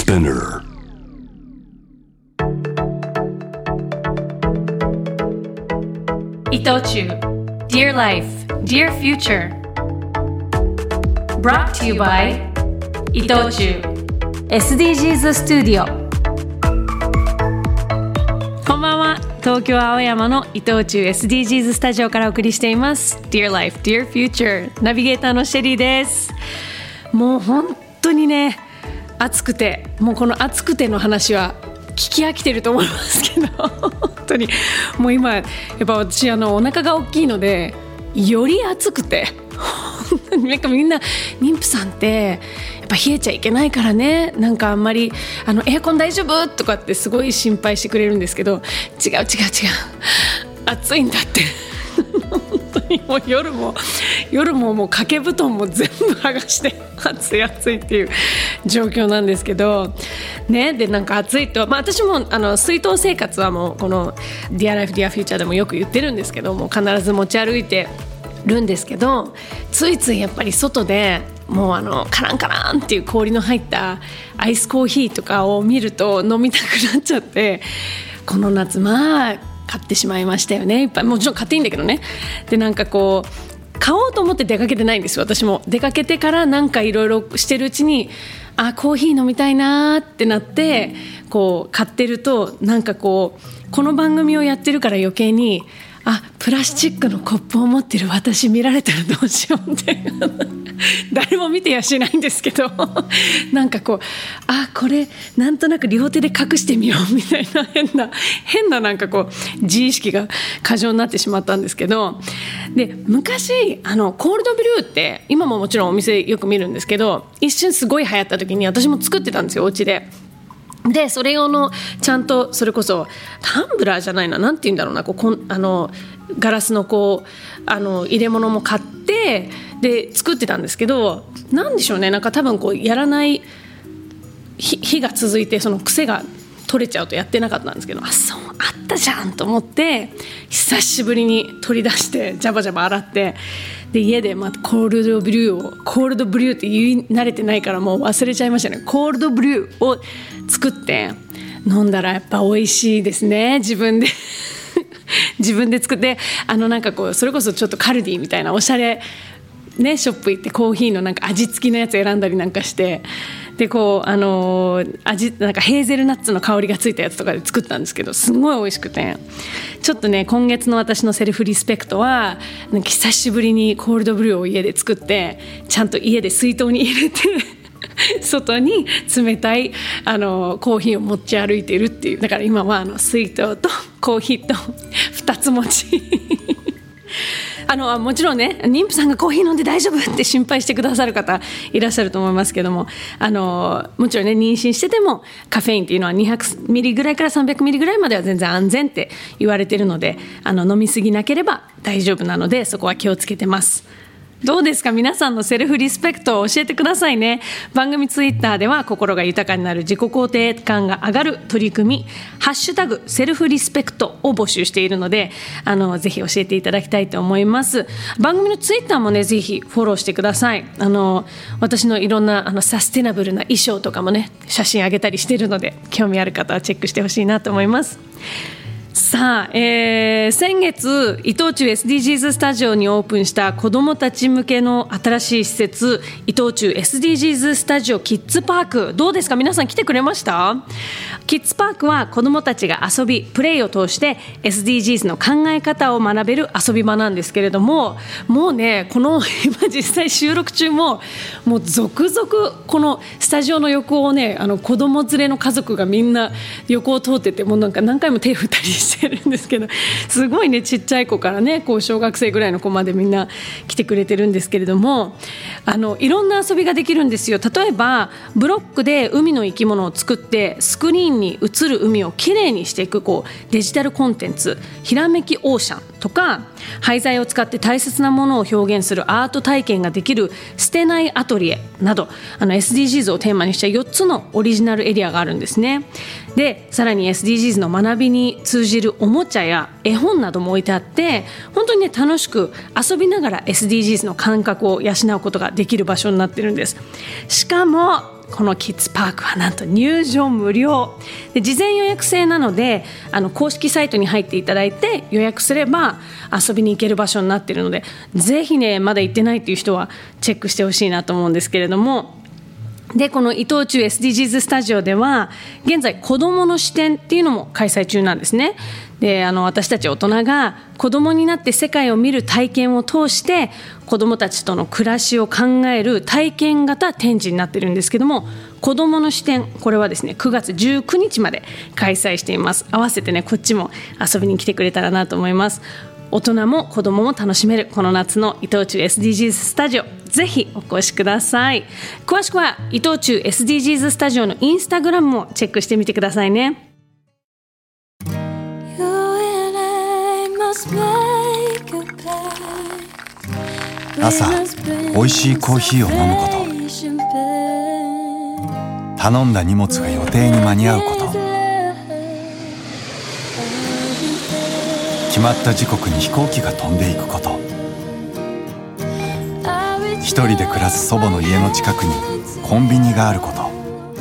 Spinner. 伊藤忠 Dear Life, Dear Future Brought to you by 伊藤忠 SDGs スタジオ。こんばんは。東京青山の伊藤忠 SDGs スタジオからお送りしています Dear Life, Dear Future ナビゲーターのシェリーです。もう本当にね暑くて、もうこの暑くての話は聞き飽きてると思いますけど本当にもう今やっぱ私お腹が大きいのでより暑くてなんかみんな妊婦さんってやっぱ冷えちゃいけないからね、なんかあんまりエアコン大丈夫とかってすごい心配してくれるんですけど、違う暑いんだって本当にもう夜ももう掛け布団も全部剥がして暑いっていう状況なんですけどね。でなんか暑いと、私も水筒生活はもうこの Dear Life Dear Future でもよく言ってるんですけども、必ず持ち歩いてるんですけど、ついついやっぱり外でもうカランカランっていう氷の入ったアイスコーヒーとかを見ると飲みたくなっちゃって、この夏買ってしまいましたよね。いっぱいもちろん買っていいんだけどね。でなんかこう買おうと思って出かけてないんですよ。私も出かけてからなんかいろいろしてるうちにコーヒー飲みたいなってなってこう買ってると、なんかこの番組をやってるから余計にプラスチックのコップを持ってる私見られたらどうしようって誰も見てやしないんですけどなんかこれなんとなく両手で隠してみようみたいな変ななんか自意識が過剰になってしまったんですけど、で昔コールドブリューって今ももちろんお店よく見るんですけど、一瞬すごい流行った時に私も作ってたんですよ、お家で。でそれ用のちゃんとそれこそタンブラーじゃないな、なんて言うんだろうな、ガラスの入れ物も買ってで作ってたんですけど、なんでしょうね、なんか多分やらない日が続いてその癖が取れちゃうとやってなかったんですけど、そうあったじゃんと思って久しぶりに取り出してジャバジャバ洗って、で家でコールドブリューって言い慣れてないからもう忘れちゃいましたね。コールドブリューを作って飲んだらやっぱ美味しいですね。自分で作ってなんかそれこそちょっとカルディみたいなおしゃれねショップ行ってコーヒーのなんか味付きのやつ選んだりなんかして、で味なんかヘーゼルナッツの香りがついたやつとかで作ったんですけど、すごい美味しくて、ちょっとね今月の私のセルフリスペクトはなんか久しぶりにコールドブリューを家で作ってちゃんと家で水筒に入れて外に冷たいコーヒーを持ち歩いているっていう。だから今は水筒とコーヒーと2つ持ちもちろんね妊婦さんがコーヒー飲んで大丈夫って心配してくださる方いらっしゃると思いますけども、もちろんね妊娠しててもカフェインっていうのは200ミリぐらいから300ミリぐらいまでは全然安全って言われているので、飲みすぎなければ大丈夫なのでそこは気をつけてます。どうですか、皆さんのセルフリスペクトを教えてくださいね。番組ツイッターでは心が豊かになる自己肯定感が上がる取り組みハッシュタグセルフリスペクトを募集しているのでぜひ教えていただきたいと思います。番組のツイッターもねぜひフォローしてください。私のいろんなサステナブルな衣装とかもね写真あげたりしているので、興味ある方はチェックしてほしいなと思います。さあ、先月伊藤忠 SDGs スタジオにオープンした子どもたち向けの新しい施設、伊藤忠 SDGs スタジオキッズパーク、どうですか、皆さん来てくれました？キッズパークは子どもたちが遊びプレイを通して SDGs の考え方を学べる遊び場なんですけれども、もうね今実際収録中もう続々このスタジオの横をね子ども連れの家族がみんな横を通ってて、もうなんか何回も手振ったりしてるんですけど、すごいねちっちゃい子からね小学生ぐらいの子までみんな来てくれてるんですけれども、いろんな遊びができるんですよ。例えばブロックで海の生き物を作ってスクリーンに映る海をきれいにしていくデジタルコンテンツひらめきオーシャンとか、廃材を使って大切なものを表現するアート体験ができる捨てないアトリエなどSDGs をテーマにした4つのオリジナルエリアがあるんですね。でさらに SDGs の学びに通じるおもちゃや絵本なども置いてあって、本当にね楽しく遊びながら SDGs の感覚を養うことができる場所になってるんです。しかもこのキッズパークはなんと入場無料で、事前予約制なので公式サイトに入っていただいて予約すれば遊びに行ける場所になっているので、ぜひねまだ行ってないっていう人はチェックしてほしいなと思うんですけれども、でこの伊藤忠 SDGs スタジオでは現在子どもの視点っていうのも開催中なんですね。で私たち大人が子どもになって世界を見る体験を通して子どもたちとの暮らしを考える体験型展示になってるんですけども、子どもの視点、これはですね9月19日まで開催しています。合わせてねこっちも遊びに来てくれたらなと思います。大人も子どもも楽しめるこの夏の伊藤忠 SDGs スタジオ、ぜひお越しください。詳しくは伊藤忠 SDGs スタジオのインスタグラムもチェックしてみてくださいね。 朝おいしいコーヒーを飲むこと、頼んだ荷物が予定に間に合うこと、決まった時刻に飛行機が飛んでいくこと、一人で暮らす祖母の家の近くにコンビニがあること、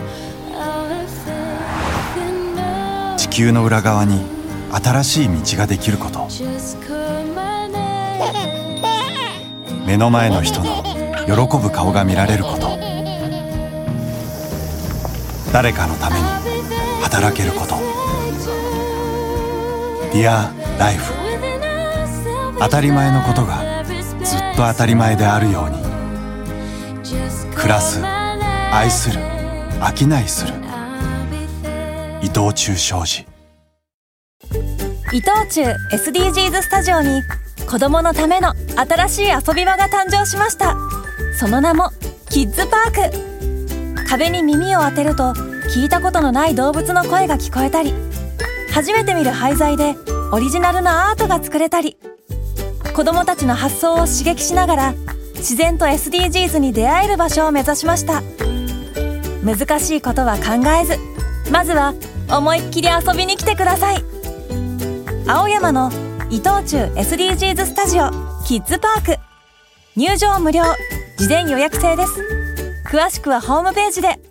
地球の裏側に新しい道ができること、目の前の人の喜ぶ顔が見られること、誰かのために働けること。 Dear Life、 当たり前のことがずっと当たり前であるように、暮らす、愛する、商いする。伊藤忠商事。 伊藤忠 SDGs スタジオに子どものための新しい遊び場が誕生しました。その名もキッズパーク。壁に耳を当てると聞いたことのない動物の声が聞こえたり、初めて見る廃材でオリジナルのアートが作れたり、子どもたちの発想を刺激しながら自然と SDGs に出会える場所を目指しました。難しいことは考えず、まずは思いっきり遊びに来てください。青山の伊藤忠 SDGs スタジオキッズパーク、入場無料、事前予約制です。詳しくはホームページで。